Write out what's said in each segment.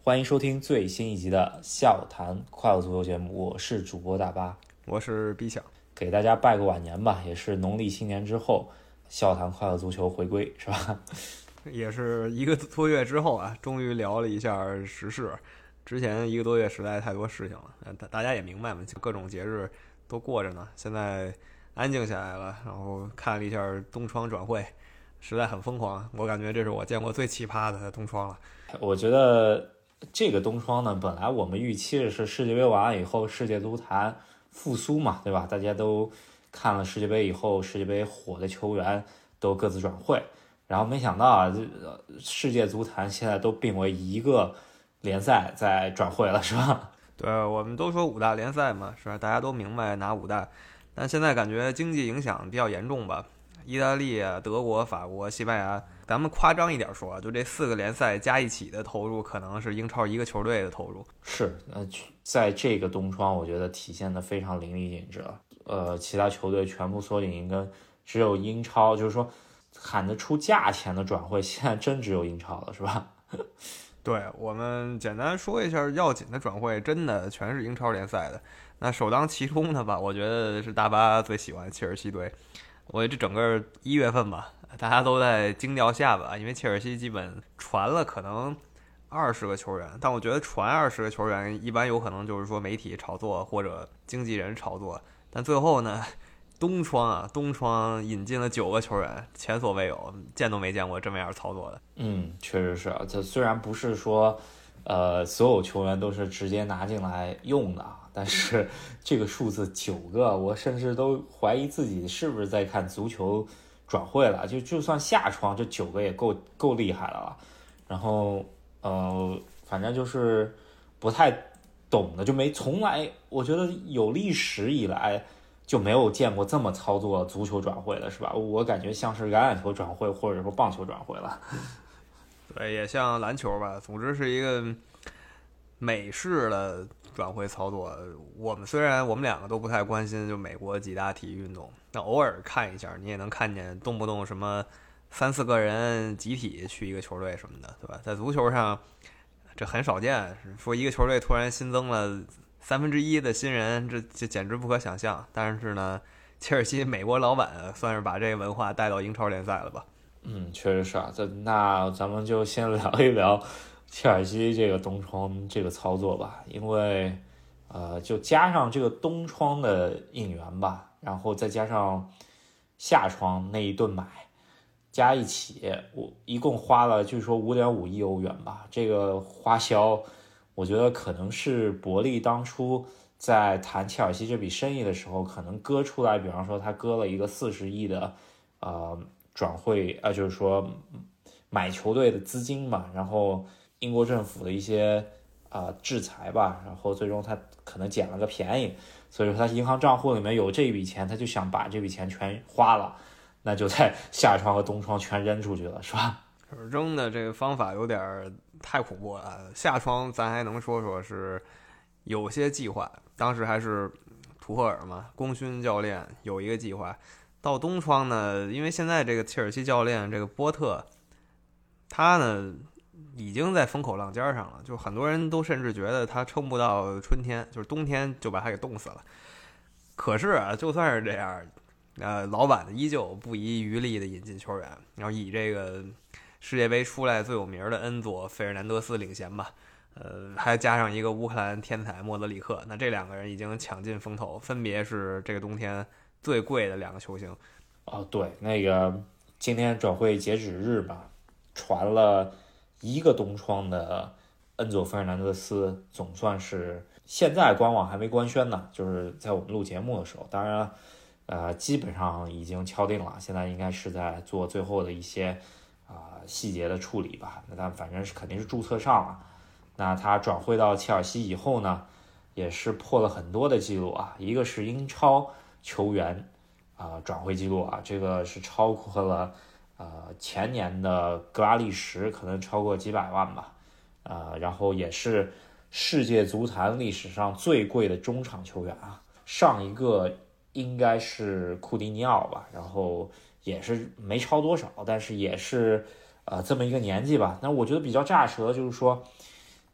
欢迎收听最新一集的笑谈快乐足球节目，我是主播大巴， 我是 B 想， 给大家拜个晚年吧，也是农历新年之后，笑谈快乐足球回归是吧？ 也是1个多月之后啊，终于聊了一下时事。之前1个多月实在太多事情了，大家也明白嘛，各种节日都过着呢，现在安静下来了，然后看了一下冬窗转会，实在很疯狂，我感觉这是我见过最奇葩的冬窗了。 我觉得这个冬窗呢，本来我们预期的是世界杯完了以后，世界足坛复苏嘛，对吧？大家都看了世界杯以后，世界杯火的球员都各自转会，然后没想到啊，世界足坛现在都并为一个联赛在转会了，是吧？ 对，我们都说5大联赛嘛，是吧？大家都明白哪5大，但现在感觉经济影响比较严重吧。意大利啊、德国、法国、西班牙，咱们夸张一点说，就这4个联赛加一起的投入，可能是英超1个球队的投入。 是，在这个冬窗，我觉得体现的非常淋漓尽致了。其他球队全部缩紧银根，只有英超，就是说喊得出价钱的转会，现在真只有英超了，是吧？ 对，我们简单说一下要紧的转会，真的全是英超联赛的。那首当其冲的吧，我觉得是大巴最喜欢的切尔西队。我觉得这整个1月份吧，大家都在惊掉下巴，因为切尔西基本传了可能20个球员，但我觉得传20个球员一般有可能就是说媒体炒作或者经纪人炒作，但最后呢，冬窗引进了9个球员，前所未有，见都没见过这么样操作的。 确实是啊，这虽然不是说所有球员都是直接拿进来用的，但是这个数字9个，我甚至都怀疑自己是不是在看足球转会了。就算下窗，这9个也够厉害了。然后反正就是不太懂的，就从来我觉得有历史以来就没有见过这么操作足球转会的，是吧？我感觉像是橄榄球转会或者说棒球转会了。 对，也像篮球吧，总之是一个美式的转会操作。虽然我们2个都不太关心就美国几大体育运动，那偶尔看一下，你也能看见动不动什么3、4个人集体去一个球队什么的，对吧？在足球上这很少见，说一个球队突然新增了1/3的新人，这简直不可想象。但是呢，切尔西美国老板算是把这个文化带到英超联赛了吧？ 确实是啊。那咱们就先聊一聊切尔西这个冬窗这个操作吧，因为就加上这个冬窗的引援吧，然后再加上夏窗那一顿买，加一起，我一共花了据说5.5亿欧元吧。这个花销，我觉得可能是伯利当初在谈切尔西这笔生意的时候，可能割出来，比方说他割了一个40亿的转会就是说买球队的资金嘛，然后英国政府的一些制裁吧，然后最终他可能捡了个便宜，所以说他银行账户里面有这一笔钱，他就想把这笔钱全花了，那就在夏窗和冬窗全扔出去了，是吧？ 扔的这个方法有点太恐怖了。夏窗咱还能说说是有些计划，当时还是图赫尔嘛，功勋教练有一个计划。到冬窗呢，因为现在这个切尔西教练这个波特，他呢已经在风口浪尖上了，就很多人都甚至觉得他撑不到春天，就是冬天就把他给冻死了。可是啊，就算是这样，老板呢依旧不遗余力的引进球员，然后以这个世界杯出来最有名的恩佐·费尔南德斯领衔吧。还加上一个乌克兰天才莫德里克，那这2个人已经抢尽风头，分别是这个冬天最贵的2个球星。 对，那个今天转会截止日吧，传了1个冬窗的恩佐·费尔南德斯，总算是现在官网还没官宣呢，就是在我们录节目的时候，当然基本上已经敲定了，现在应该是在做最后的一些细节的处理吧。那但反正是肯定是注册上了。那他转会到切尔西以后呢，也是破了很多的记录啊，一个是英超球员转会记录啊，这个是超过了前年的格拉利什，可能超过几百万吧。然后也是世界足坛历史上最贵的中场球员啊，上一个应该是库蒂尼奥吧，然后也是没超多少，但是也是这么一个年纪吧。那我觉得比较炸舌就是说，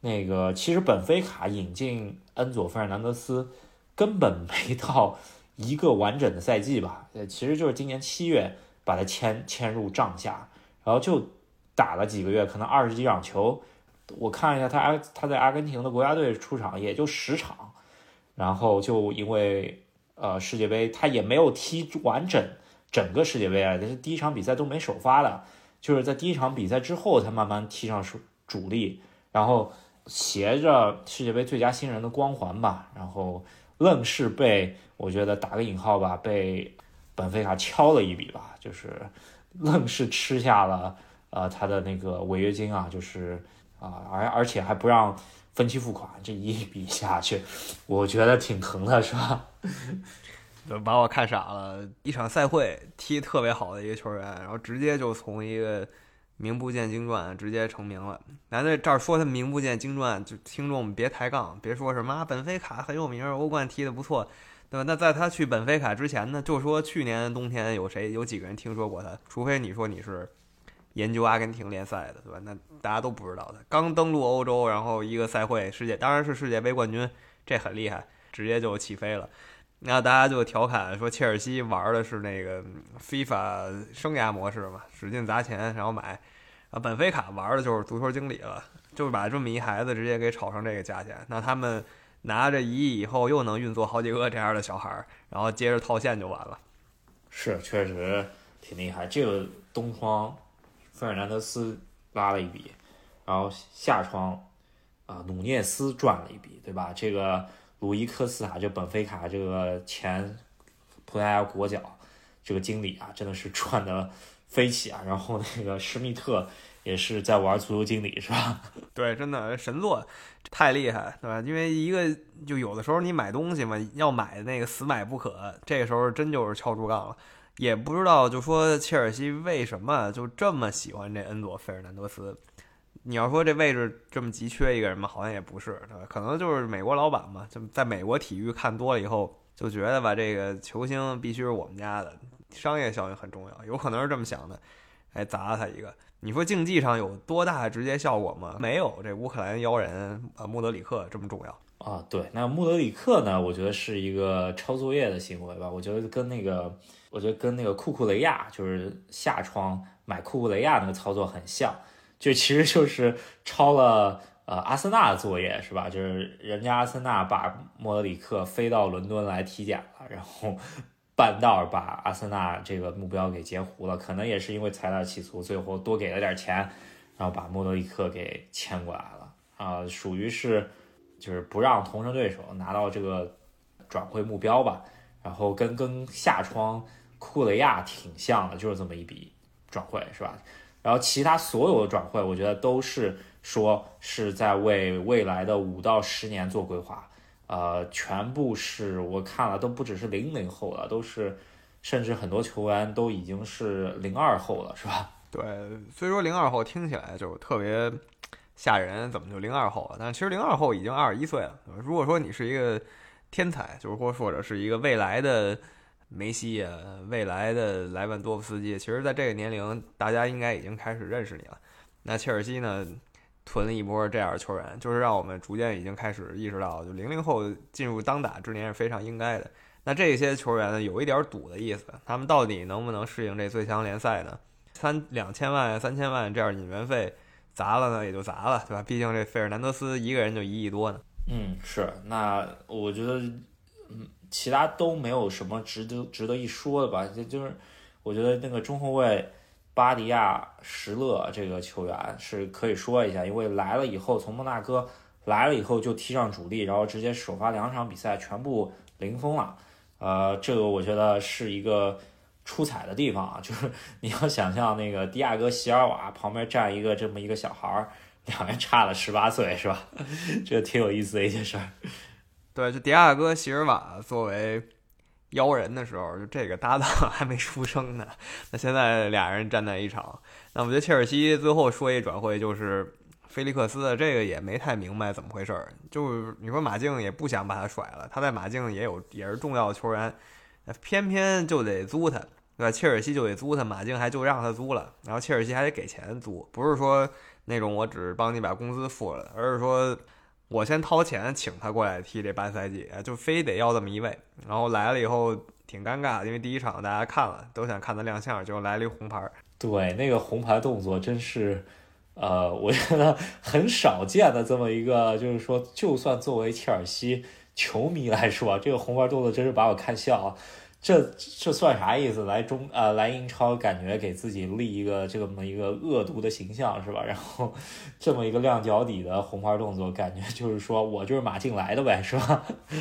那个其实本菲卡引进恩佐费尔南德斯根本没到一个完整的赛季吧，其实就是今年7月把他签入帐下，然后就打了几个月，可能20几场球，我看了一下他在阿根廷的国家队出场也就10场，然后就因为世界杯他也没有踢完整个世界杯啊，但是第一场比赛都没首发的，就是在第一场比赛之后才慢慢踢上主力，然后携着世界杯最佳新人的光环吧，然后愣是被我觉得打个引号吧，被本菲卡敲了一笔吧，就是愣是吃下了他的那个违约金啊，就是而且还不让分期付款，这一笔下去，我觉得挺疼的，是吧？ 就把我看傻了，一场赛会踢特别好的一个球员，然后直接就从一个名不见经传直接成名了。咱在这儿说他名不见经传，就听众们别抬杠，别说什么本菲卡很有名，欧冠踢得不错，对吧？那在他去本菲卡之前呢，就说去年冬天有几个人听说过他？除非你说你是研究阿根廷联赛的，对吧？那大家都不知道他刚登陆欧洲，然后一个赛会当然是世界杯冠军，这很厉害，直接就起飞了。那大家就调侃说，切尔西玩的是那个 FIFA 生涯模式嘛，使劲砸钱然后买。本菲卡玩的就是足球经理了，就是把这么一孩子直接给炒成这个价钱。那他们拿着1亿以后，又能运作好几个这样的小孩，然后接着套现就完了。 是，确实挺厉害。这个东窗费尔南德斯拉了一笔，然后夏窗努涅斯赚了一笔，对吧？这个鲁伊科斯塔，这本菲卡这个前葡萄牙国脚这个经理啊，真的是赚的飞起啊！然后那个施密特也是在玩足球经理，是吧？ 对，真的神作，太厉害，对吧？因为一个就有的时候你买东西嘛，要买那个死买不可，这个时候真就是敲竹杠了。也不知道就说切尔西为什么就这么喜欢这恩佐费尔南德斯。你要说这位置这么急缺一个人嘛，好像也不是，对吧？可能就是美国老板嘛，就在美国体育看多了以后，就觉得吧，这个球星必须是我们家的，商业效应很重要，有可能是这么想的，哎，砸了他一个。你说竞技上有多大直接效果吗？没有这乌克兰妖人穆德里克这么重要啊。对，那穆德里克呢？我觉得是一个抄作业的行为吧。我觉得跟那个库库雷亚，就是夏窗买库库雷亚那个操作很像，就其实就是抄了阿森纳的作业，是吧？就是人家阿森纳把穆德里克飞到伦敦来体检了，然后半道把阿森纳这个目标给截胡了，可能也是因为财大气粗，最后多给了点钱，然后把莫德里克给签过来了属于是就是不让同城对手拿到这个转会目标吧，然后跟夏窗库雷亚挺像的，就是这么一笔转会，是吧？然后其他所有的转会，我觉得都是说是在为未来的5到10年做规划。全部是我看了都不只是00后了，都是甚至很多球员都已经是02后了，是吧？ 对，虽说02后听起来就特别吓人，怎么就02后了？但其实02后已经21岁了。如果说你是一个天才，就是说或者是一个未来的梅西啊，未来的莱万多夫斯基，其实在这个年龄，大家应该已经开始认识你了。那切尔西呢？囤了一波这样的球员，就是让我们逐渐已经开始意识到，就00后进入当打之年是非常应该的。那这些球员呢，有一点赌的意思，他们到底能不能适应这最强联赛呢？2000万、3000万这样引援费砸了呢，也就砸了，对吧？毕竟这费尔南德斯一个人就1亿多呢。 是。那我觉得，其他都没有什么值得一说的吧？就是我觉得那个中后卫巴迪亚什勒这个球员是可以说一下，因为来了以后从摩纳哥来了以后就踢上主力，然后直接首发2场比赛全部零封了。这个我觉得是一个出彩的地方啊，就是你要想象那个迪亚哥席尔瓦旁边站这么一个小孩，两人差了18岁，是吧？这挺有意思的一件事儿。 对，就迪亚哥席尔瓦作为妖人的时候，就这个搭档还没出生呢。那现在俩人站在一场，那我觉得切尔西最后说一转会就是菲利克斯，这个也没太明白怎么回事儿。就是你说马竞也不想把他甩了，他在马竞也是重要的球员，偏偏就得租他，对吧？切尔西就得租他，马竞还就让他租了，然后切尔西还得给钱租，不是说那种我只帮你把工资付了，而是说我先掏钱请他过来踢这半赛季，就非得要这么一位。然后来了以后挺尴尬的，因为第一场大家看了都想看他亮相，结果来了一红牌。 对，那个红牌动作真是，我觉得很少见的这么一个，就是说，就算作为切尔西球迷来说，这个红牌动作真是把我看笑了。这算啥意思？来英超，感觉给自己立一个这么一个恶毒的形象是吧？然后这么一个亮脚底的红牌动作，感觉就是说我就是马竞来的呗，是吧？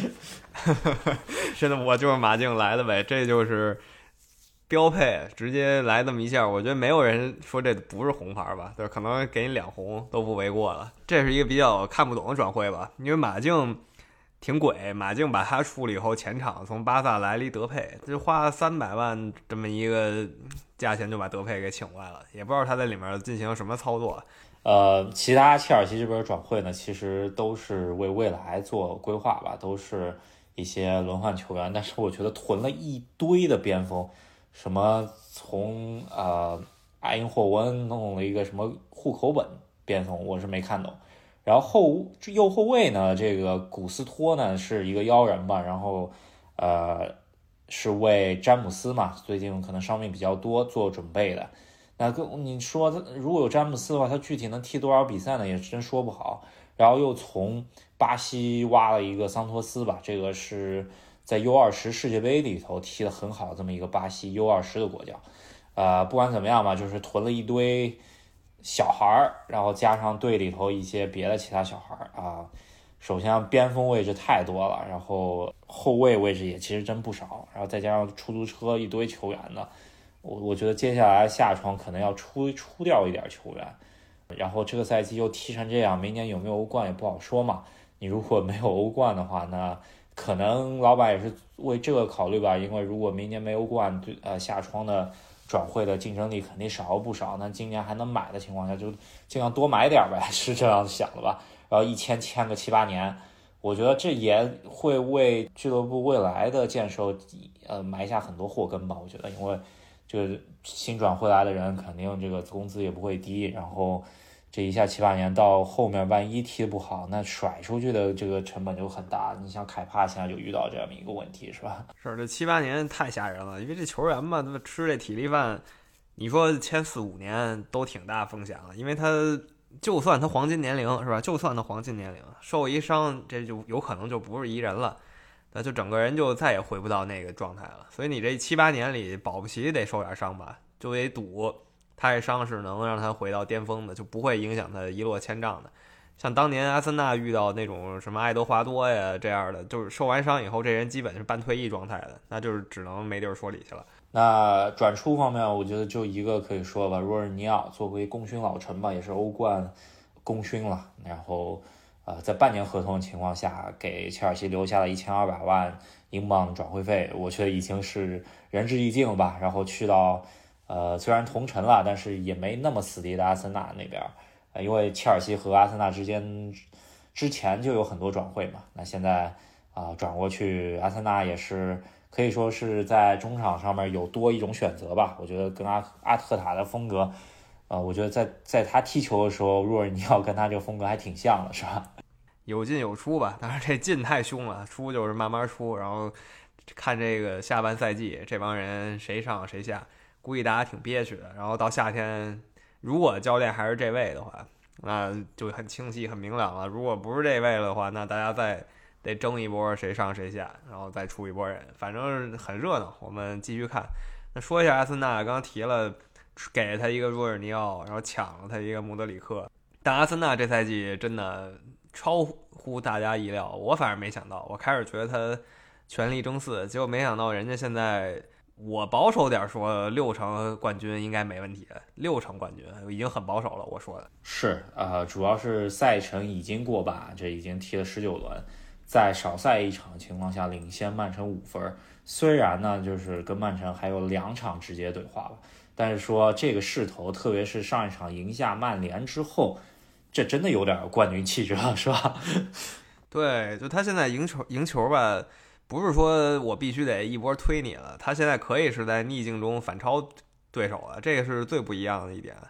真的，我就是马竞来的呗，这就是标配，直接来这么一下，我觉得没有人说这不是红牌吧？对，可能给你2红都不为过了。这是一个比较看不懂的转会吧，因为马竞挺鬼，马竞把他出了以后，前场从巴萨来了一德佩，就花300万这么一个价钱就把德佩给请过来了，也不知道他在里面进行什么操作。 其他切尔西这边转会呢，其实都是为未来做规划吧，都是一些轮换球员，但是我觉得囤了一堆的边锋，什么从阿因霍温弄了一个什么户口本边锋，我是没看懂。然后右后卫呢，这个古斯托呢是一个妖人吧，然后是为詹姆斯嘛，最近可能伤病比较多做准备的。那你说他如果有詹姆斯的话，他具体能踢多少比赛呢？也真说不好。然后又从巴西挖了一个桑托斯吧，这个是在 U20 世界杯里头踢得很好的这么一个巴西 U20 的国脚。不管怎么样吧，就是囤了一堆小孩，然后加上队里头一些别的其他小孩啊。首先边锋位置太多了，然后后卫位置也其实真不少，然后再加上出租车一堆球员的，我觉得接下来下窗可能要出掉一点球员。然后这个赛季又踢成这样，明年有没有欧冠也不好说嘛。你如果没有欧冠的话，那可能老板也是为这个考虑吧，因为如果明年没欧冠，下窗的转会的竞争力肯定少了不少，那今年还能买的情况下，就尽量多买点呗，是这样想的吧。然后签个7-8年，我觉得这也会为俱乐部未来的建设埋下很多祸根吧。我觉得，因为这个新转会来的人肯定这个工资也不会低，然后这一下7-8年到后面万一踢不好，那甩出去的这个成本就很大。你像凯帕现在就遇到这样一个问题，是吧？ 是，这7-8年太吓人了，因为这球员嘛，他吃这体力饭，你说签4-5年都挺大风险了，因为他就算他黄金年龄是吧？就算他黄金年龄受一伤，这就有可能就不是一人了，那就整个人就再也回不到那个状态了。所以你这7-8年里保不齐得受点伤吧，就得赌他这伤是能让他回到巅峰的，就不会影响他一落千丈的。像当年阿森纳遇到那种什么爱德华多呀这样的，就是受完伤以后这人基本是半退役状态的，那就是只能没地儿说理去了。 那转出方面，我觉得就一个可以说吧，若尔尼奥作为功勋老臣吧，也是欧冠功勋了。然后，在半年合同的情况下，给切尔西留下了1200万英镑转会费，我觉得已经是仁至义尽了吧。然后去到虽然同城了，但是也没那么死敌的阿森纳那边，因为切尔西和阿森纳之前就有很多转会嘛。那现在转过去，阿森纳也是。可以说是在中场上面有多一种选择吧。我觉得跟阿特塔的风格，我觉得在他踢球的时候，若尔尼奥跟他这个风格还挺像的，是吧？ 有进有出吧，当然这进太凶了，出就是慢慢出，然后看这个下半赛季这帮人谁上谁下，估计大家挺憋屈的。然后到夏天，如果教练还是这位的话，那就很清晰很明朗了。如果不是这位的话，那大家再得争一波谁上谁下，然后再出一波人，反正很热闹。我们继续看。那说一下阿森纳，刚刚提了，给他一个若尔尼奥，然后抢了他一个穆德里克。但阿森纳这赛季真的超乎大家意料，我反而没想到。我开始觉得他全力争4，结果没想到人家现在，我保守点说，6成冠军应该没问题，6成冠军已经很保守了。我说的是主要是赛程已经过半，这已经踢了19轮。在少赛一场的情况下领先曼城5分，虽然呢就是跟曼城还有2场直接对话吧，但是说这个势头，特别是上一场赢下曼联之后，这真的有点冠军气质了，是吧？ 对，就他现在赢球吧，不是说我必须得一波推你了，他现在可以是在逆境中反超对手了，这个是最不一样的一点。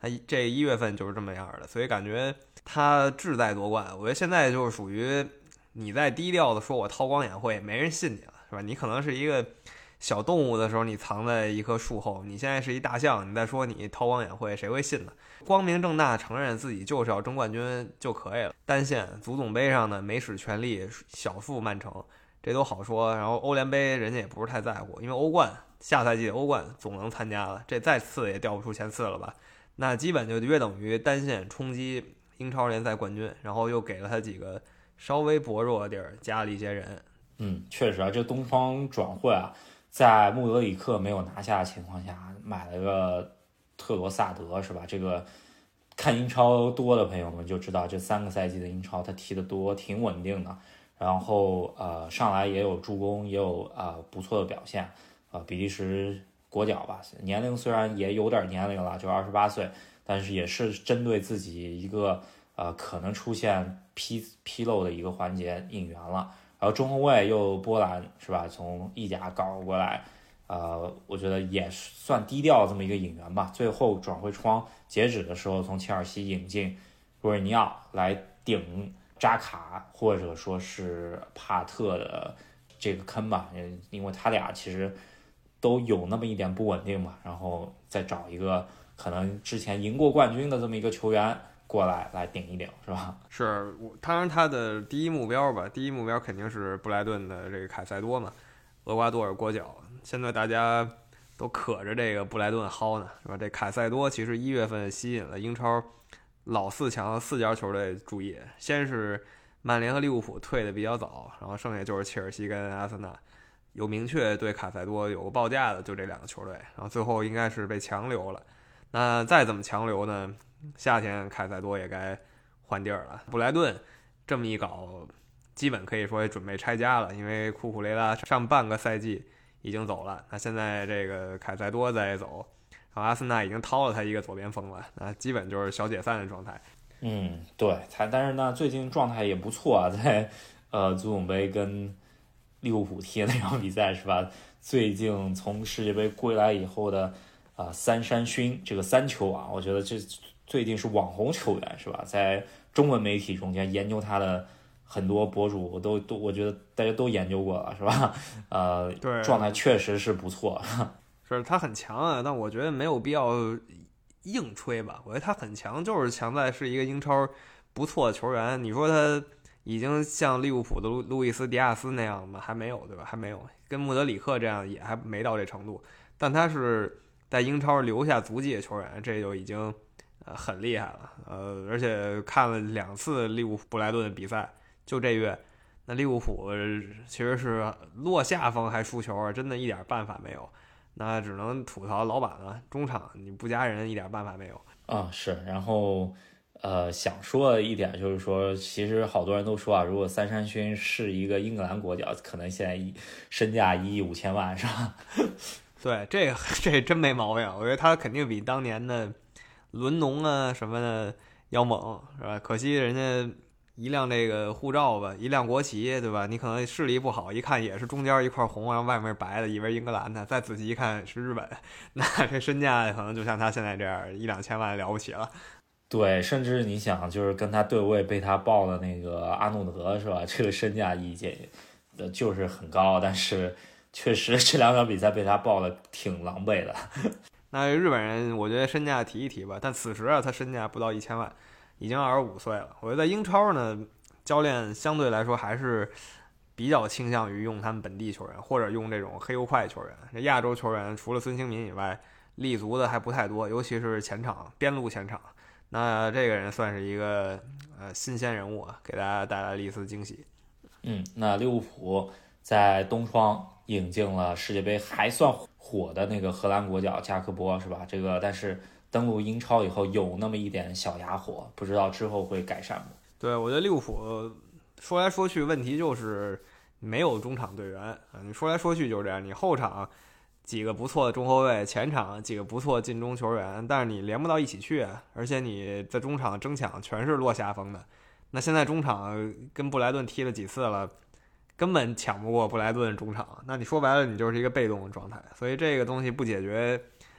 他这1月份就是这么样的，所以感觉他志在夺冠。我觉得现在就是属于你在低调的说我韬光养晦，没人信你了，是吧？你可能是一个小动物的时候，你藏在一棵树后，你现在是一大象，你再说你韬光养晦，谁会信呢？光明正大承认自己就是要争冠军就可以了。单线足总杯上呢，没使全力，小负曼城，这都好说。然后欧联杯人家也不是太在乎，因为欧冠下赛季的欧冠总能参加了，这再次也掉不出前4了吧？那基本就约等于单线冲击英超联赛冠军，然后又给了他几个稍微薄弱的地儿，加了一些人。 确实啊，这东窗转会啊，在穆德里克没有拿下的情况下，买了个特罗萨德，是吧？这个看英超多的朋友们就知道，这3个赛季的英超他踢得多，挺稳定的。然后上来也有助攻，也有不错的表现。比利时国脚吧，年龄虽然也有点年龄了，就28岁，但是也是针对自己一个可能出现纰漏的一个环节引援了。然后中后卫又波兰，是吧？从意甲搞过来，我觉得也算低调这么一个引援吧。最后转会窗截止的时候，从切尔西引进若尔尼奥来顶扎卡或者说是帕特的这个坑吧，因为他俩其实都有那么一点不稳定嘛，然后再找一个可能之前赢过冠军的这么一个球员过来顶一顶，是吧？ 是，当然他的第一目标肯定是布莱顿的这个凯塞多嘛，厄瓜多尔国脚。现在大家都可着这个布莱顿薅呢，是吧？这凯塞多其实1月份吸引了英超老4强4家球队注意，先是曼联和利物浦退的比较早，然后剩下就是切尔西跟阿森纳，有明确对凯塞多有个报价的就这2个球队，然后最后应该是被强留了。那再怎么强留呢？夏天凯塞多也该换地儿了。布莱顿这么一搞，基本可以说也准备拆家了，因为库库雷拉上半个赛季已经走了，那现在这个凯塞多再走，然后阿森纳已经掏了他一个左边锋了，那基本就是小解散的状态。 对，但是呢，最近状态也不错啊，在足总杯跟利物浦踢的那场比赛，是吧？最近从世界杯归来以后的三山勋这个3球啊，我觉得这最近是网红球员，是吧？在中文媒体中间研究他的很多博主都我觉得大家都研究过了，是吧？ 对， 状态确实是不错。 是他很强啊，但我觉得没有必要硬吹吧。我觉得他很强，就是强在是一个英超不错的球员。你说他已经像利物浦的路易斯·迪亚斯那样吗？还没有，对吧？还没有，跟穆德里克这样也还没到这程度。但他是在英超留下足迹的球员，这就已经很厉害了。而且看了2次利物浦布莱顿的比赛，就这月，那利物浦其实是落下风还输球，真的一点办法没有。那只能吐槽老板了，中场你不加人一点办法没有。 是，然后想说一点就是说，其实好多人都说啊，如果三山勋是一个英格兰国脚，可能现在身价1亿5千万，是吧？ 对，这真没毛病，我觉得他肯定比当年的伦农啊什么的要猛，是吧？可惜人家一辆这个护照吧，一辆国旗，对吧？你可能视力不好，一看也是中间一块红，然后外面白的，以为英格兰的，再仔细一看是日本，那这身价可能就像他现在这样1-2千万了不起了。 对，甚至你想，就是跟他对位被他爆的那个阿诺德，是吧？这个身价意见就是很高，但是确实这2场比赛被他爆的挺狼狈的。 那日本人我觉得身价提一提吧，但此时他身价不到1000万，已经25岁了。我觉得在英超呢，教练相对来说还是比较倾向于用他们本地球员，或者用这种黑油快球员。这亚洲球员除了孙兴民以外，立足的还不太多，尤其是前场边路前场。那这个人算是一个新鲜人物啊，给大家带来了一丝惊喜。 那利物浦在东窗引进了世界杯还算火的那个荷兰国脚加克波，是吧？这个但是登陆英超以后有那么一点小哑火，不知道之后会改善吗？ 对，我觉得利物浦说来说去问题就是没有中场队员啊，你说来说去就是这样，你后场几个不错的中后卫，前场几个不错的进攻球员，但是你连不到一起去，而且你在中场争抢全是落下风的。那现在中场跟布莱顿踢了几次了，根本抢不过布莱顿中场，那你说白了你就是一个被动的状态，所以这个东西不解决，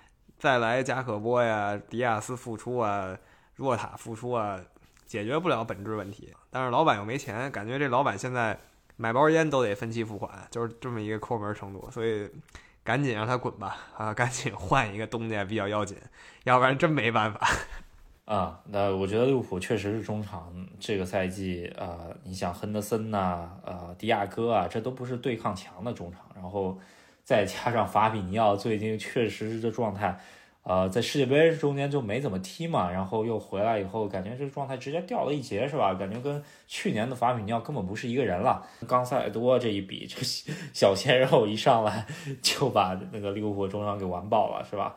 再来加可波呀、迪亚斯复出啊、若塔复出啊，解决不了本质问题。但是老板又没钱，感觉这老板现在买包烟都得分期付款，就是这么一个抠门程度，所以赶紧让他滚吧，赶紧换一个东家比较要紧，要不然真没办法。 那我觉得利物浦确实是中场这个赛季你想亨德森呐、迪亚哥啊，这都不是对抗强的中场，然后再加上法比尼奥最近确实是这状态，在世界杯中间就没怎么踢嘛，然后又回来以后，感觉这个状态直接掉了一截，是吧？感觉跟去年的法比尼奥根本不是一个人了。冈塞多这一比，这小鲜肉一上来就把那个利物浦中场给完爆了，是吧？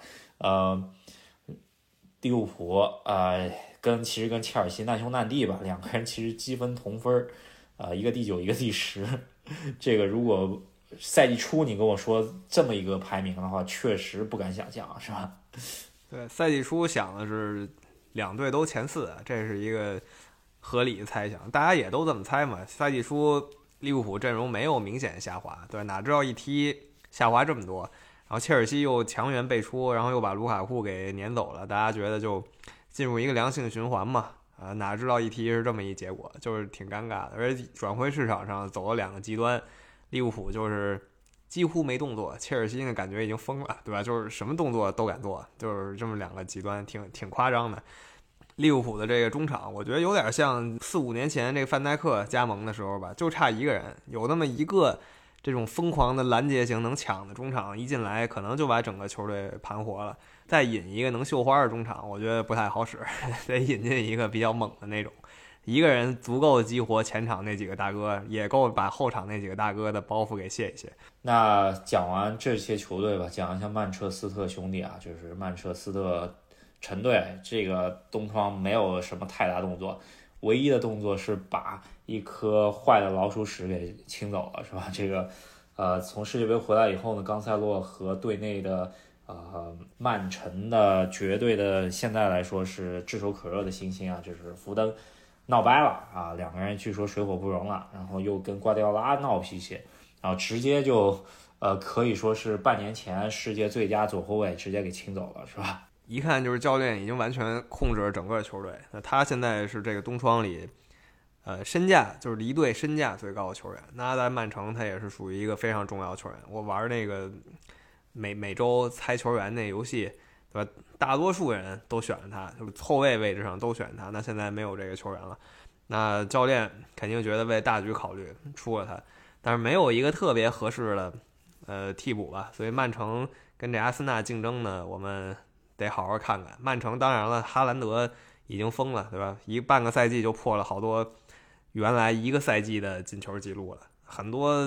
利物浦其实跟切尔西难兄难弟吧，两个人其实积分同分，一个第9，一个第10。这个如果赛季初你跟我说这么一个排名的话，确实不敢想象，是吧？ 对，赛季初想的是两队都前4，这是一个合理的猜想，大家也都这么猜嘛。赛季初利物浦阵容没有明显下滑，对，哪知道一踢下滑这么多。然后切尔西又强援辈出，然后又把卢卡库给撵走了，大家觉得就进入一个良性循环嘛。哪知道一踢是这么一结果，就是挺尴尬的。而且转会市场上走了2个极端，利物浦就是几乎没动作，切尔西呢感觉已经疯了，对吧？就是什么动作都敢做，就是这么2个极端，挺夸张的。利物浦的这个中场，我觉得有点像4-5年前这个范戴克加盟的时候吧，就差一个人，有那么一个这种疯狂的拦截型能抢的中场，一进来可能就把整个球队盘活了。再引一个能绣花的中场，我觉得不太好使，得引进一个比较猛的那种。一个人足够激活前场那几个大哥，也够把后场那几个大哥的包袱给卸一卸。 那讲完这些球队吧，讲一下曼彻斯特兄弟啊，就是曼彻斯特城队，这个东窗没有什么太大动作，唯一的动作是把一颗坏的老鼠屎给清走了，是吧？这个从世界杯回来以后呢，冈塞洛和队内的曼城的绝对的现在来说是炙手可热的新星啊，就是福登闹掰了啊，两个人据说水火不容了，然后又跟瓜迪奥拉闹脾气，然后直接就可以说是半年前世界最佳左后卫直接给清走了，是吧？ 一看就是教练已经完全控制了整个球队。那他现在是这个东窗里，身价就是离队身价最高的球员。那在曼城他也是属于一个非常重要的球员。我玩那个每周猜球员那游戏，对吧？大多数人都选了他，就是后卫位置上都选他。那现在没有这个球员了，那教练肯定觉得为大局考虑出了他，但是没有一个特别合适的替补吧。所以曼城跟这阿森纳竞争呢，我们得好好看看。曼城当然了，哈兰德已经疯了，对吧？半个赛季就破了好多原来一个赛季的进球记录了，很多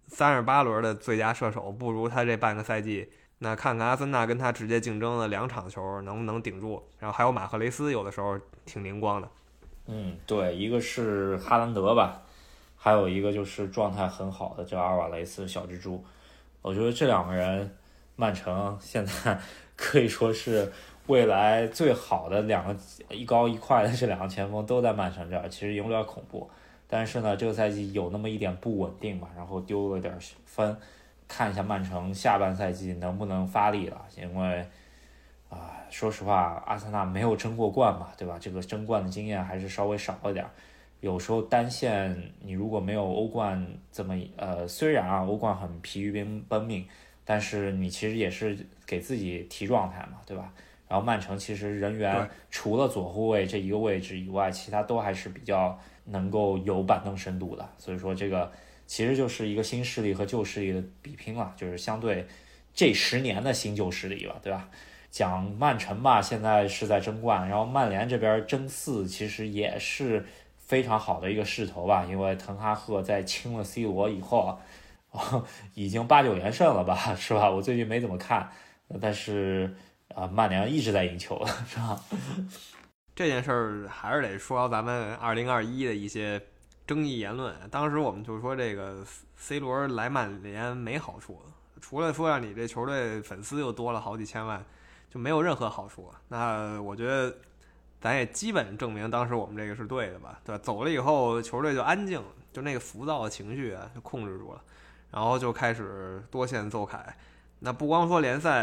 38轮的最佳射手不如他这半个赛季。那看看阿森纳跟他直接竞争了2场球能不能顶住，然后还有马赫雷斯有的时候挺灵光的。 对，一个是哈兰德吧，还有一个就是状态很好的叫阿尔瓦雷斯小蜘蛛。我觉得这2个人，曼城现在可以说是未来最好的2个一高一快的这2个前锋都在曼城这儿，其实有点恐怖。但是呢，这个赛季有那么一点不稳定嘛，然后丢了点分。看一下曼城下半赛季能不能发力了，因为说实话，阿森纳没有争过冠嘛，对吧？这个争冠的经验还是稍微少了点。有时候单线你如果没有欧冠这么虽然欧冠很疲于奔命，但是你其实也是给自己提状态嘛，对吧？然后曼城其实人员除了左后卫这一个位置以外，其他都还是比较能够有板凳深度的，所以说这个其实就是一个新势力和旧势力的比拼了，就是相对这10年的新旧势力了，对吧？讲曼城吧，现在是在争冠，然后曼联这边争4，其实也是非常好的一个势头吧，因为滕哈赫在清了 C 罗以后已经8、9连胜了吧，是吧？我最近没怎么看，但是曼联一直在赢球了，是吧？ 这件事儿还是得说咱们2021的一些争议言论。当时我们就说这个 C 罗来曼联没好处，除了说让你这球队粉丝又多了好几千万，就没有任何好处。那我觉得咱也基本证明当时我们这个是对的吧，对吧？走了以后球队就安静，就那个浮躁的情绪就控制住了，然后就开始多线奏凯。那不光说联赛，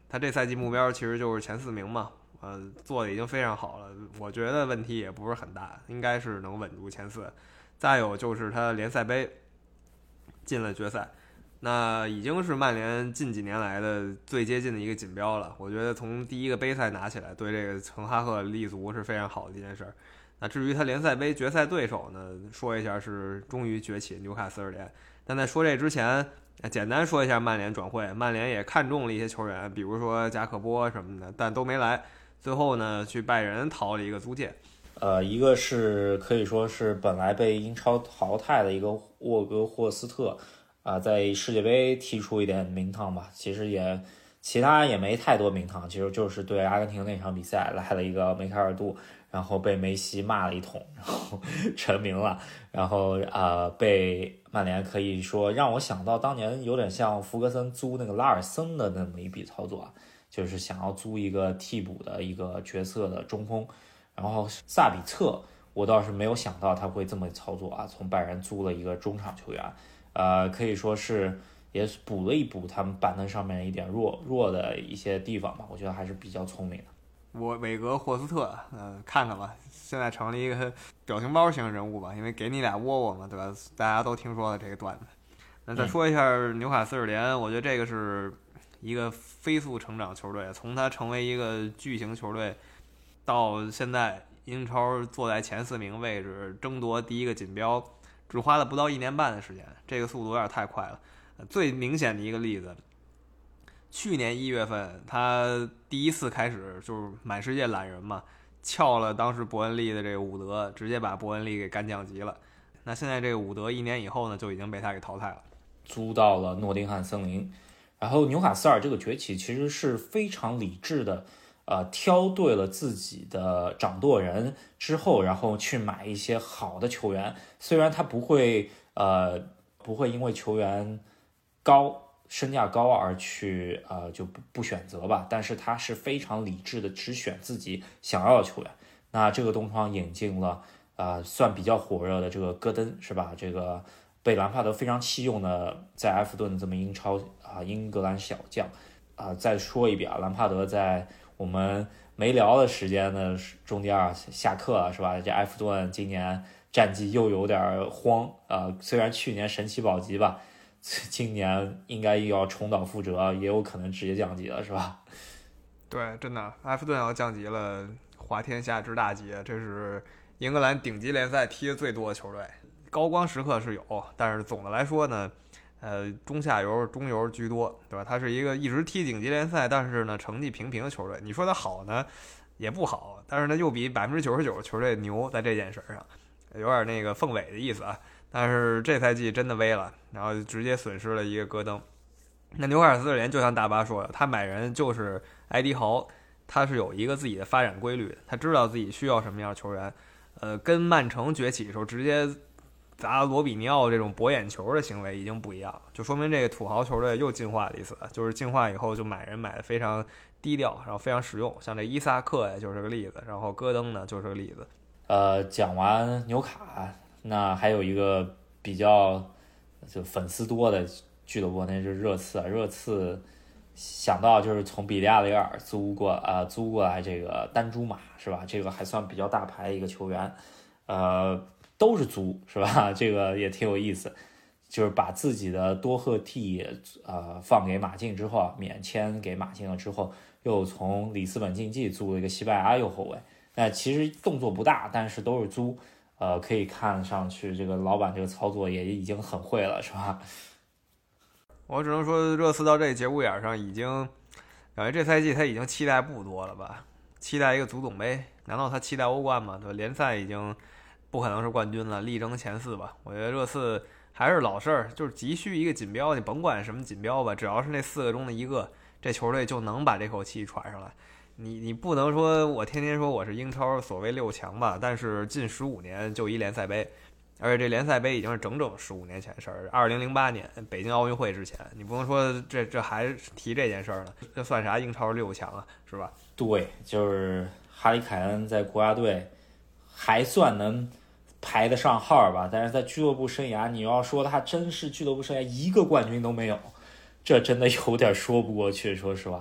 他这赛季目标其实就是前4名嘛，做的已经非常好了，我觉得问题也不是很大，应该是能稳住前4。再有就是他联赛杯进了决赛，那已经是曼联近几年来的最接近的一个锦标了。我觉得从第一个杯赛拿起来，对这个滕哈赫立足是非常好的一件事。那至于他联赛杯决赛对手呢，说一下是终于崛起纽卡斯尔联。但在说这之前，简单说一下曼联转会。曼联也看中了一些球员，比如说加克波什么的，但都没来。最后呢，去拜仁淘了一个租借。 一个是可以说是本来被英超淘汰的一个沃格霍斯特在世界杯踢出一点名堂吧，其他也没太多名堂，其实就是对阿根廷那场比赛来了一个梅开二度，然后被梅西骂了一通，然后成名了，然后被曼联可以说让我想到当年有点像福格森租那个拉尔森的那么一笔操作就是想要租一个替补的一个角色的中锋。然后萨比策我倒是没有想到他会这么操作从拜仁租了一个中场球员，可以说是也补了一补他们板凳上面一点弱的一些地方吧，我觉得还是比较聪明的。 韦格霍斯特，看看吧，现在成了一个表情包型人物吧，因为给你俩窝窝嘛，对吧？大家都听说了这个段子。那再说一下纽卡斯尔联，我觉得这个是一个飞速成长球队，从他成为一个巨型球队到现在英超坐在前4名位置，争夺第一个锦标，只花了不到1年半的时间，这个速度有点太快了。最明显的一个例子，去年1月份他第一次开始就是满世界揽人嘛，撬了当时伯恩利的这个伍德，直接把伯恩利给干降级了。那现在这个伍德1年以后呢，就已经被他给淘汰了， 租到了诺丁汉森林。然后纽卡斯尔这个崛起其实是非常理智的，挑对了自己的掌舵人之后，然后去买一些好的球员。虽然他不会因为球员身价高而去就不选择吧，但是他是非常理智的，只选自己想要的球员。那这个东窗引进了算比较火热的这个戈登是吧？这个被兰帕德非常弃用的，在埃弗顿这么英格兰小将再说一遍兰帕德在我们没聊的时间的中间下课了是吧？这埃弗顿今年战绩又有点慌虽然去年神奇保级吧，今年应该又要重蹈覆辙，也有可能直接降级了是吧？ 对，真的，埃弗顿要降级了，滑天下之大吉，这是英格兰顶级联赛踢的最多的球队。高光时刻是有，但是总的来说呢，中下游、中游居多，对吧？他是一个一直踢顶级联赛，但是呢成绩平平的球队。你说他好呢，也不好，但是呢又比99%球队牛，在这件事上，有点那个凤尾的意思啊。但是这赛季真的危了，然后直接损失了一个戈登。那纽卡斯尔联就像大巴说的，他买人就是埃迪豪，他是有一个自己的发展规律的，他知道自己需要什么样的球员。跟曼城崛起的时候直接砸罗比尼奥这种博眼球的行为已经不一样了，就说明这个土豪球队又进化了一次，就是进化以后就买人买的非常低调，然后非常实用，像这伊萨克呀就是个例子，然后戈登呢就是个例子。 讲完纽卡，那还有一个比较就粉丝多的俱乐部，那就是热刺热刺想到就是从比利亚雷尔租过来这个丹朱马是吧？这个还算比较大牌的一个球员，都是租是吧？这个也挺有意思，就是把自己的多赫蒂放给马竞之后免签给马竞了之后，又从里斯本竞技租了一个西班牙右后卫。那其实动作不大，但是都是租，可以看上去这个老板这个操作也已经很会了，是吧？ 我只能说热刺到这节骨眼上已经感觉这赛季他已经期待不多了吧？期待一个足总杯，难道他期待欧冠吗？对吧？联赛已经不可能是冠军了，力争前4吧。我觉得热刺还是老事儿，就是急需一个锦标，你甭管什么锦标吧，只要是那4个中的一个，这球队就能把这口气传上来。你不能说我天天说我是英超所谓6强吧，但是近15年就一联赛杯，而且这联赛杯已经是整整15年前的事儿，2008年北京奥运会之前，你不能说这还提这件事儿呢，这算啥英超6强啊，是吧？ 对，就是哈里凯恩在国家队还算能排得上号吧，但是在俱乐部生涯，你要说他真是俱乐部生涯一个冠军都没有，这真的有点说不过去，说实话。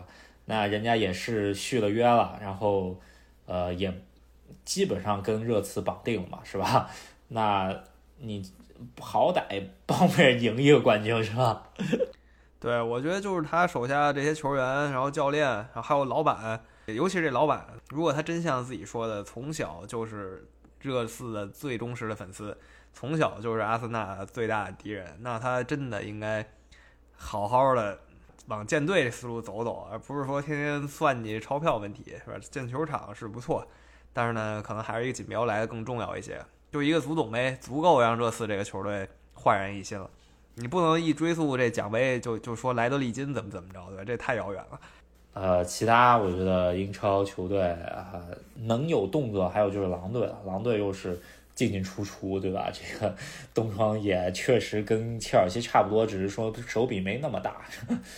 那人家也是续了约了，然后也基本上跟热刺绑定了嘛，是吧？那你好歹帮别人赢一个冠军是吧？ 对，我觉得就是他手下这些球员，然后教练，然后还有老板，尤其是这老板，如果他真像自己说的，从小就是热刺的最忠实的粉丝，从小就是阿森纳最大的敌人，那他真的应该好好的往建队的思路走走，而不是说天天算计钞票问题，是吧？建球场是不错，但是呢，可能还是一个锦标来的更重要一些。就一个足总杯，足够让热刺这个球队焕然一新了。你不能一追溯这奖杯就说莱德利金怎么着，对吧？这太遥远了。 其他我觉得英超球队能有动作，还有就是狼队了。狼队又是进进出出，对吧？这个东窗也确实跟切尔西差不多，只是说手笔没那么大。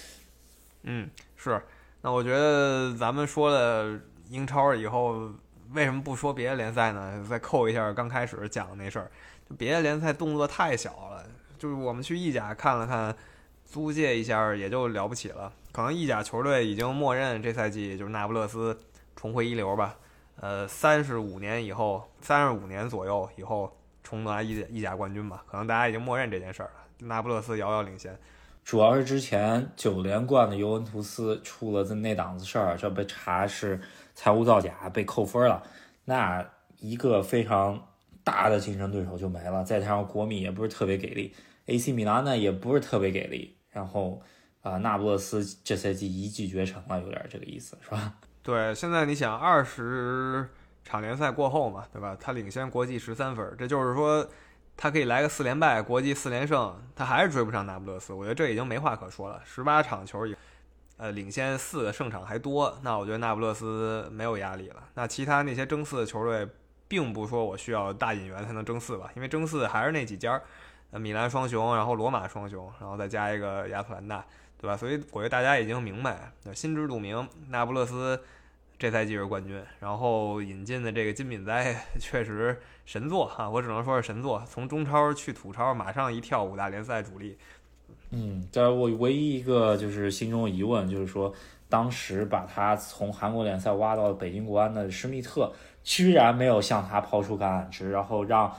是。那我觉得咱们说了英超以后，为什么不说别的联赛呢？再扣一下刚开始讲的那事儿，就别的联赛动作太小了。就是我们去意甲看了看，租借一下也就了不起了。可能意甲球队已经默认这赛季就是那不勒斯重回一流吧。35年以后，35年左右以后重拿意甲冠军吧。可能大家已经默认这件事儿了。那不勒斯遥遥领先。 主要是之前9连冠的尤文图斯出了那档子事儿，这被查是财务造假，被扣分了。那一个非常大的竞争对手就没了，再加上国米也不是特别给力。AC 米兰呢也不是特别给力，然后那不勒斯这赛季一骑绝尘了，有点这个意思是吧？ 对，现在你想20场联赛过后嘛，对吧？他领先国际13分，这就是说他可以来个4连败，国际4连胜，他还是追不上那不勒斯。我觉得这已经没话可说了。18场球领先4个胜场还多，那我觉得那不勒斯没有压力了。那其他那些争4的球队，并不说我需要大引援才能争4吧，因为争4还是那几家。米兰双雄，然后罗马双雄，然后再加一个亚特兰大，对吧？所以我觉得大家已经明白，心知肚明，那不勒斯这赛季是冠军，然后引进的这个金敏哉确实神作哈，我只能说是神作，从中超去土超，马上一跳5大联赛主力。 但我唯一一个就是心中的疑问，就是说当时把他从韩国联赛挖到北京国安的施密特，居然没有向他抛出橄榄枝，然后让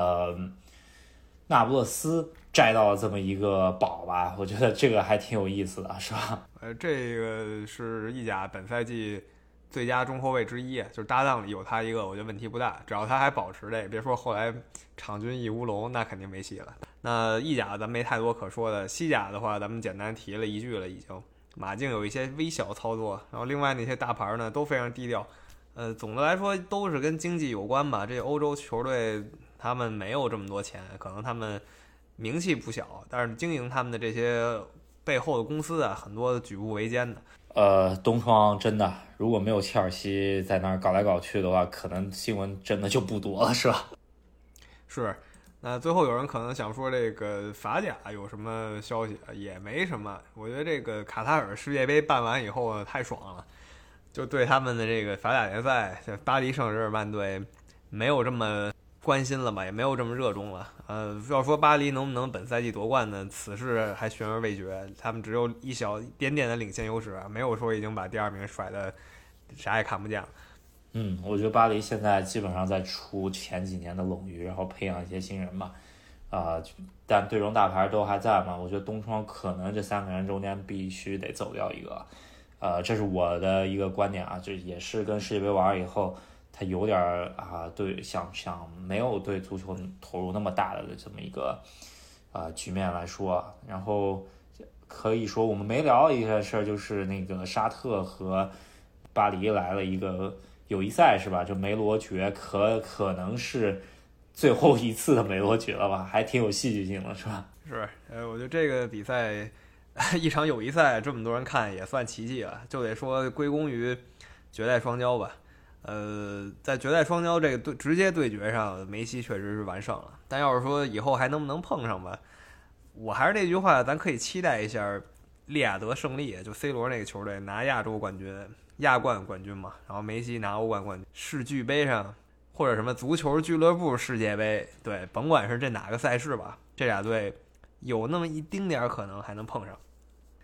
那不勒斯摘到了这么一个宝吧，我觉得这个还挺有意思的，是吧？ 这个是意甲本赛季最佳中后卫之一，就是搭档里有他一个，我觉得问题不大，只要他还保持这，别说后来场均1乌龙，那肯定没戏了。那意甲咱没太多可说的，西甲的话咱们简单提了一句了，已经马竞有一些微小操作，然后另外那些大牌呢都非常低调。总的来说都是跟经济有关吧。这欧洲球队他们没有这么多钱，可能他们名气不小，但是经营他们的这些背后的公司啊，很多举步维艰的。 东窗真的如果没有切尔西在那儿搞来搞去的话，可能新闻真的就不多了，是吧？ 是。那最后有人可能想说这个法甲有什么消息？也没什么。我觉得这个卡塔尔世界杯办完以后呢，太爽了，就对他们的这个法甲联赛，巴黎圣日耳曼队没有这么关心了吧，也没有这么热衷了。要说巴黎能不能本赛季夺冠呢？此事还悬而未决。他们只有一小点点的领先优势，没有说已经把第2名甩的啥也看不见了。 我觉得巴黎现在基本上在出前几年的冗余，然后培养一些新人嘛。但队中大牌都还在嘛，我觉得东窗可能这3个人中间必须得走掉一个。这是我的一个观点啊，这也是跟世界杯完以后，他有点对想没有对足球投入那么大的这么一个局面来说。然后可以说我们没聊一件事儿，就是那个沙特和巴黎来了一个友谊赛，是吧？就梅罗爵可能是最后一次的梅罗爵了吧，还挺有戏剧性的，是吧？ 是，我觉得这个比赛一场友谊赛这么多人看也算奇迹了，就得说归功于绝代双骄吧。在绝代双骄这个直接对决上，梅西确实是完胜了。但要是说以后还能不能碰上吧，我还是那句话，咱可以期待一下利雅得胜利，就 C 罗那个球队拿亚洲冠军、亚冠冠军嘛，然后梅西拿欧冠冠军，世俱杯上或者什么足球俱乐部世界杯，对，甭管是这哪个赛事吧，这俩队有那么一丁点可能还能碰上。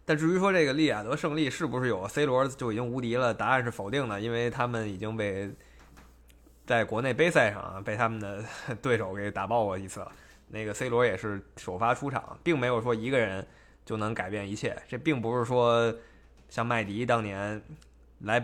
但至于说这个利雅得胜利是不是有 C 罗就已经无敌了，答案是否定的，因为他们已经在国内杯赛上被他们的对手给打爆过一次了。那个 C 罗也是首发出场，并没有说一个人就能改变一切。这并不是说像麦迪当年来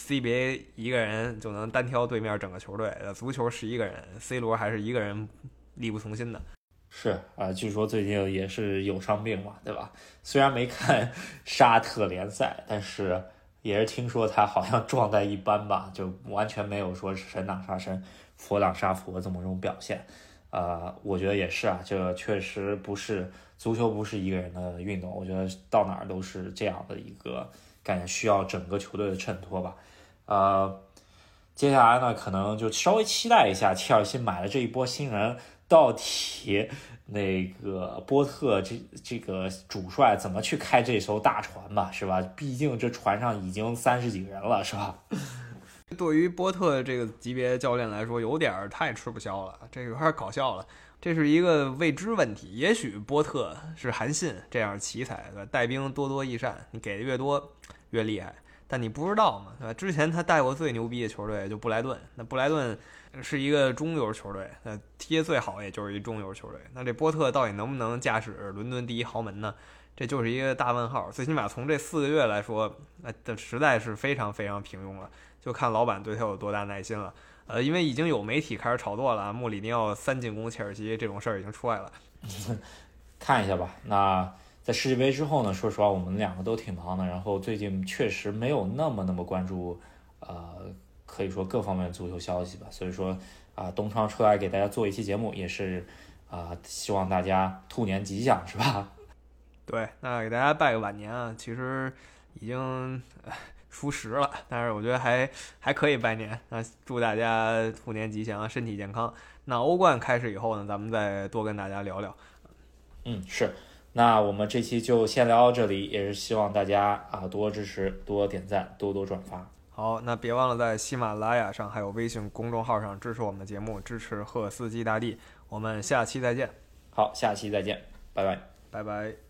CBA 一个人就能单挑对面整个球队，足球11个人 ，C 罗还是一个人力不从心的。 是啊，据说最近也是有伤病嘛，对吧？虽然没看沙特联赛，但是也是听说他好像状态一般吧，就完全没有说神挡杀神，佛挡杀佛这么种表现。我觉得也是啊，这确实不是足球，不是一个人的运动，我觉得到哪儿都是这样的一个感觉，需要整个球队的衬托吧。接下来呢，可能就稍微期待一下切尔西买了这一波新人，到底那个波特这个主帅怎么去开这艘大船吧，是吧？毕竟这船上已经30几个人了，是吧？ 对于波特这个级别教练来说，有点太吃不消了，这个有点搞笑了。这是一个未知问题，也许波特是韩信这样奇才，带兵多多益善，你给的越多越厉害。但你不知道嘛，对吧？之前他带过最牛逼的球队就布莱顿，那布莱顿是一个中游球队，那踢得最好也就是一中游球队。那这波特到底能不能驾驶伦敦第一豪门呢？这就是一个大问号。最起码从这4个月来说，这实在是非常非常平庸了。就看老板对他有多大耐心了。因为已经有媒体开始炒作了，穆里尼奥3进攻切尔西这种事儿已经出来了。 看一下吧。那在世界杯之后呢，说实话我们2个都挺忙的，然后最近确实没有那么关注可以说各方面的足球消息吧，所以说东窗出来给大家做一期节目，也是希望大家兔年吉祥，是吧？ 对，那给大家拜个晚年啊，其实已经初10了，但是我觉得还可以拜年。那祝大家兔年吉祥，身体健康。那欧冠开始以后呢，咱们再多跟大家聊聊。 是。那我们这期就先聊到这里，也是希望大家多支持、多点赞、多转发。 好，那别忘了在喜马拉雅上还有微信公众号上支持我们的节目，支持赫斯基大帝。我们下期再见。 好，下期再见，拜拜， 拜拜。